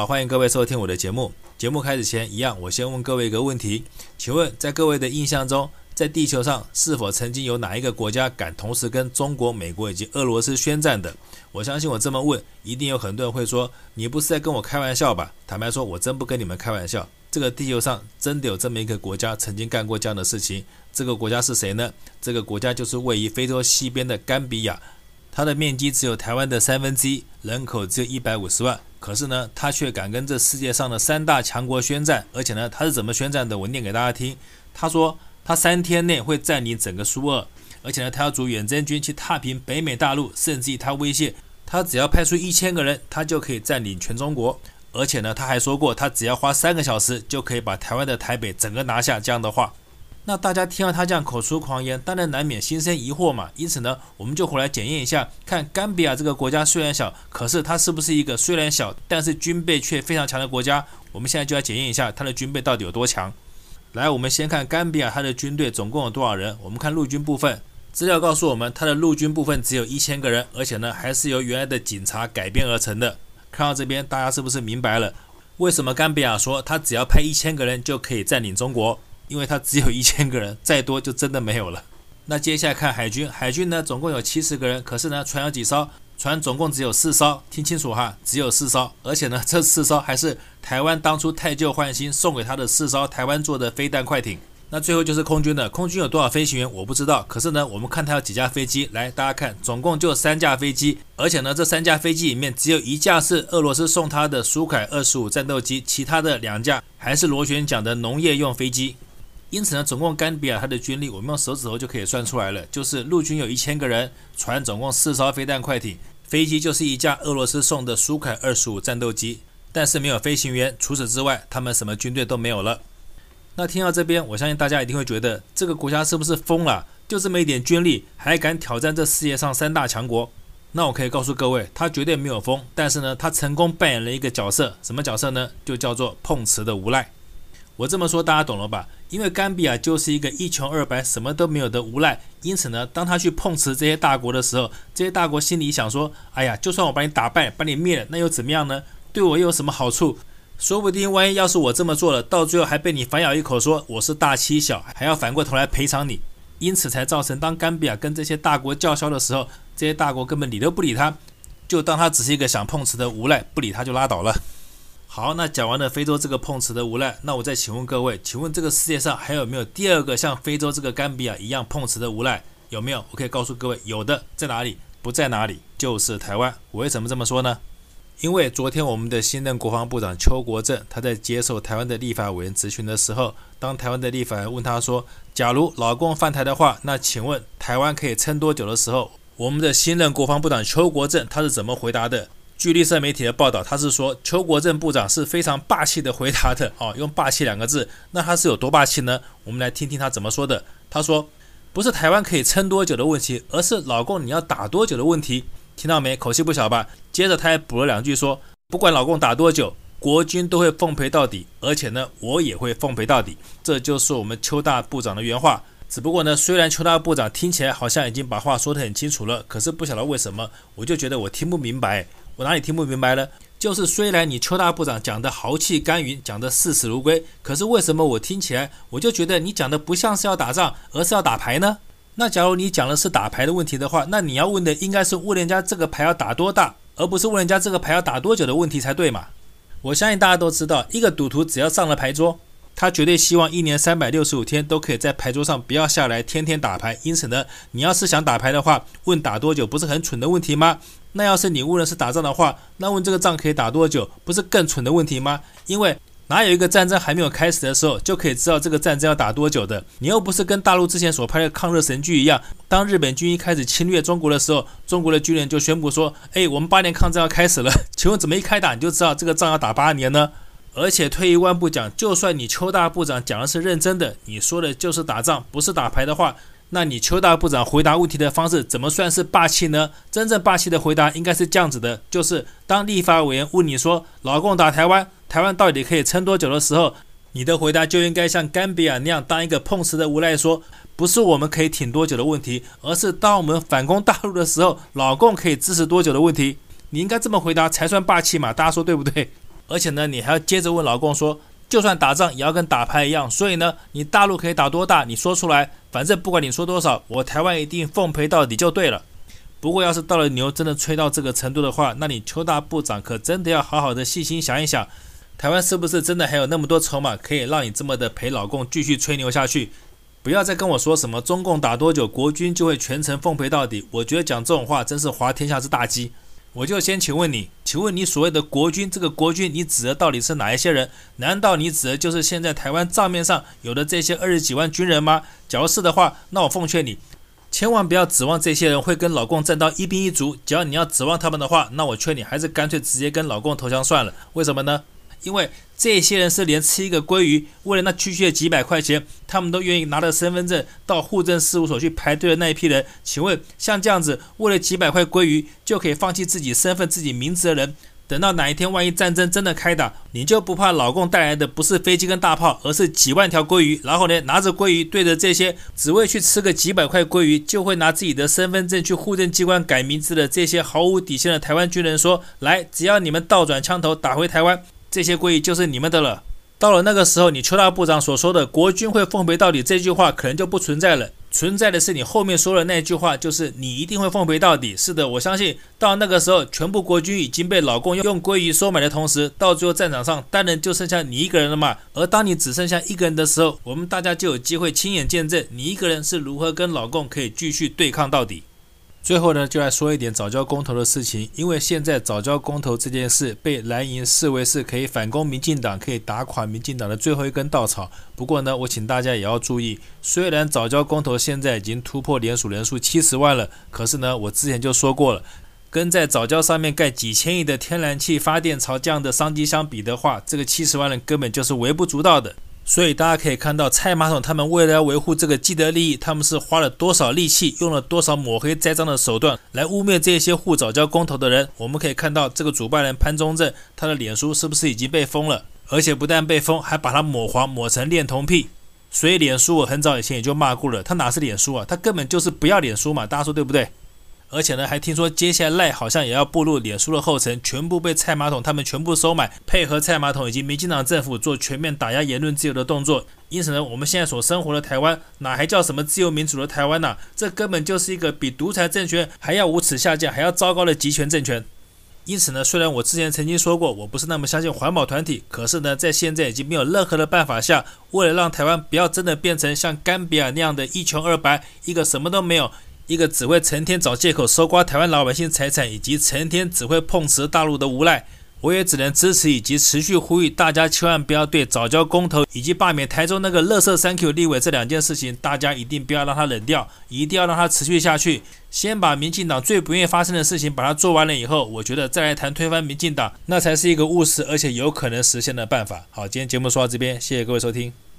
欢迎各位收听我的节目。节目开始前，一样，我先问各位一个问题，请问在各位的印象中，在地球上是否曾经有哪一个国家敢同时跟中国、美国以及俄罗斯宣战的？我相信我这么问，一定有很多人会说，你不是在跟我开玩笑吧？坦白说，我真不跟你们开玩笑。这个地球上真的有这么一个国家曾经干过这样的事情，这个国家是谁呢？这个国家就是位于非洲西边的甘比亚，它的面积只有台湾的1/3，人口只有150万。可是呢，他却敢跟这世界上的3大强国宣战，而且呢，他是怎么宣战的？我念给大家听。他说，他3天内会占领整个苏俄，而且呢，他要组远征军去踏平北美大陆，甚至于他威胁，他只要派出1000个人，他就可以占领全中国。而且呢，他还说过，他只要花3个小时就可以把台湾的台北整个拿下。这样的话，那大家听到他这样口出狂言，当然难免心生疑惑嘛。因此呢，我们就回来检验一下，看甘比亚这个国家虽然小，可是它是不是一个虽然小，但是军备却非常强的国家？我们现在就来检验一下它的军备到底有多强。来，我们先看甘比亚它的军队总共有多少人。我们看陆军部分，资料告诉我们，它的陆军部分只有1000个人，而且呢，还是由原来的警察改编而成的。看到这边，大家是不是明白了为什么甘比亚说他只要派1000个人就可以占领中国？因为他只有1000个人，再多就真的没有了。那接下来看海军，海军呢总共有70个人，可是呢船有几艘？船总共只有4艘，听清楚哈，只有4艘，而且呢这4艘还是台湾当初太旧换新送给他的4艘台湾做的飞弹快艇。那最后就是空军了，空军有多少飞行员我不知道，可是呢我们看它有几架飞机，来大家看，总共就3架飞机，而且呢这3架飞机里面只有1架是俄罗斯送他的苏凯25战斗机，其他的2架还是螺旋桨的农业用飞机。因此呢，总共甘比亚它的军力，我们用手指头就可以算出来了，就是陆军有1000个人，船总共4艘飞弹快艇，飞机就是1架俄罗斯送的苏凯25战斗机，但是没有飞行员，除此之外，他们什么军队都没有了。那听到这边，我相信大家一定会觉得，这个国家是不是疯了？就这么一点军力，还敢挑战这世界上3大强国？那我可以告诉各位，他绝对没有疯，但是呢，他成功扮演了一个角色，什么角色呢？就叫做碰瓷的无赖。我这么说大家懂了吧？因为甘比亚就是一个一穷二白什么都没有的无赖，因此呢，当他去碰瓷这些大国的时候，这些大国心里想说，哎呀，就算我把你打败，把你灭了，那又怎么样呢？对我又有什么好处？说不定万一要是我这么做了，到最后还被你反咬一口说我是大欺小，还要反过头来赔偿你。因此才造成当甘比亚跟这些大国叫嚣的时候，这些大国根本理都不理他，就当他只是一个想碰瓷的无赖，不理他就拉倒了。好，那讲完了非洲这个碰瓷的无赖，那我再请问各位，请问这个世界上还有没有第二个像非洲这个甘比亚一样碰瓷的无赖？有没有？我可以告诉各位，有的，在哪里？不在哪里，就是台湾。我为什么这么说呢？因为昨天我们的新任国防部长邱国正，他在接受台湾的立法委员质询的时候，当台湾的立法委员问他说，假如老共犯台的话，那请问台湾可以撑多久的时候，我们的新任国防部长邱国正他是怎么回答的？据绿色媒体的报道，他是说邱国正部长是非常霸气的回答的，用霸气2个字。那他是有多霸气呢？我们来听听他怎么说的。他说，不是台湾可以撑多久的问题，而是老共你要打多久的问题。听到没？口气不小吧？接着他还补了2句说，不管老共打多久，国军都会奉陪到底，而且呢，我也会奉陪到底。这就是我们邱大部长的原话。只不过呢，虽然邱大部长听起来好像已经把话说得很清楚了，可是不晓得为什么，我就觉得我听不明白。我哪里听不明白了？就是虽然你邱大部长讲的豪气干云，讲的视死如归，可是为什么我听起来我就觉得你讲的不像是要打仗，而是要打牌呢？那假如你讲的是打牌的问题的话，那你要问的应该是问人家这个牌要打多大，而不是问人家这个牌要打多久的问题才对嘛。我相信大家都知道，一个赌徒只要上了牌桌，他绝对希望1年365天都可以在牌桌上不要下来，天天打牌。因此呢，你要是想打牌的话，问打多久不是很蠢的问题吗？那要是你问的是打仗的话，那问这个仗可以打多久不是更蠢的问题吗？因为哪有一个战争还没有开始的时候就可以知道这个战争要打多久的？你又不是跟大陆之前所拍的抗日神剧一样，当日本军一开始侵略中国的时候，中国的军人就宣布说，我们8年抗战要开始了。请问怎么一开打你就知道这个仗要打8年呢？而且退一万步讲，就算你邱大部长讲的是认真的，你说的就是打仗不是打牌的话，那你邱大部长回答问题的方式怎么算是霸气呢？真正霸气的回答应该是这样子的，就是当立法委员问你说老共打台湾，台湾到底可以撑多久的时候，你的回答就应该像甘比亚那样当一个碰瓷的无赖说，不是我们可以挺多久的问题，而是当我们反攻大陆的时候，老共可以支持多久的问题。你应该这么回答才算霸气嘛，大家说对不对？ 而且呢，你还要接着问老共说，就算打仗也要跟打牌一样，所以呢，你大陆可以打多大，你说出来，反正不管你说多少，我台湾一定奉陪到底就对了。不过要是到了牛真的吹到这个程度的话，那你邱大部长可真的要好好的细心想一想，台湾是不是真的还有那么多筹码可以让你这么的陪老共继续吹牛下去？不要再跟我说什么中共打多久国军就会全程奉陪到底，我觉得讲这种话真是滑天下之大稽。我就先请问你所谓的国军，这个国军你指的到底是哪一些人？难道你指的就是现在台湾账面上有的这些20几万军人吗？假如是的话，那我奉劝你千万不要指望这些人会跟老共站到一兵一卒，只要你要指望他们的话，那我劝你还是干脆直接跟老共投降算了。为什么呢？因为这些人是连吃一个鲑鱼，为了那区区的几百块钱，他们都愿意拿着身份证到户政事务所去排队的那一批人。请问像这样子为了几百块鲑鱼就可以放弃自己身份自己名字的人，等到哪一天万一战争真的开打，你就不怕老共带来的不是飞机跟大炮，而是几万条鲑鱼，然后呢拿着鲑鱼对着这些只为去吃个几百块鲑鱼就会拿自己的身份证去户政机关改名字的这些毫无底线的台湾军人说，来，只要你们倒转枪头打回台湾，这些鲑鱼就是你们的了。到了那个时候，你邱大部长所说的国军会奉陪到底这句话可能就不存在了，存在的是你后面说的那句话，就是你一定会奉陪到底。是的，我相信到那个时候全部国军已经被老共用鲑鱼收买的同时，到最后战场上当然就剩下你一个人了嘛。而当你只剩下一个人的时候，我们大家就有机会亲眼见证你一个人是如何跟老共可以继续对抗到底。最后呢，就来说一点藻礁公投的事情，因为现在藻礁公投这件事被蓝营视为是可以反攻民进党、可以打垮民进党的最后一根稻草。不过呢，我请大家也要注意，虽然藻礁公投现在已经突破联署人数70万了，可是呢，我之前就说过了，跟在藻礁上面盖几千亿的天然气发电槽这样的商机相比的话，这个70万人根本就是微不足道的。所以大家可以看到蔡马桶他们为了要维护这个既得利益，他们是花了多少力气，用了多少抹黑栽赃的手段来污蔑这些护藻礁公投的人。我们可以看到这个主办人潘忠政，他的脸书是不是已经被封了，而且不但被封，还把他抹黄，抹成恋童癖。所以脸书我很早以前也就骂过了，他哪是脸书啊，他根本就是不要脸书嘛，大家说对不对？而且呢，还听说接下来赖好像也要步入脸书的后尘，全部被蔡马桶他们全部收买，配合蔡马桶以及民进党政府做全面打压言论自由的动作。因此呢，我们现在所生活的台湾哪还叫什么自由民主的台湾啊，这根本就是一个比独裁政权还要无耻下贱还要糟糕的集权政权。因此呢，虽然我之前曾经说过我不是那么相信环保团体，可是呢，在现在已经没有任何的办法下，为了让台湾不要真的变成像甘比亚那样的一穷二白，一个什么都没有，一个只会成天找借口搜刮台湾老百姓财产，以及成天只会碰瓷大陆的无赖，我也只能支持以及持续呼吁大家千万不要对藻礁公投以及罢免台中那个垃圾3Q 立委这两件事情，大家一定不要让它冷掉，一定要让它持续下去。先把民进党最不愿意发生的事情把它做完了以后，我觉得再来谈推翻民进党，那才是一个务实而且有可能实现的办法。好，今天节目说到这边，谢谢各位收听。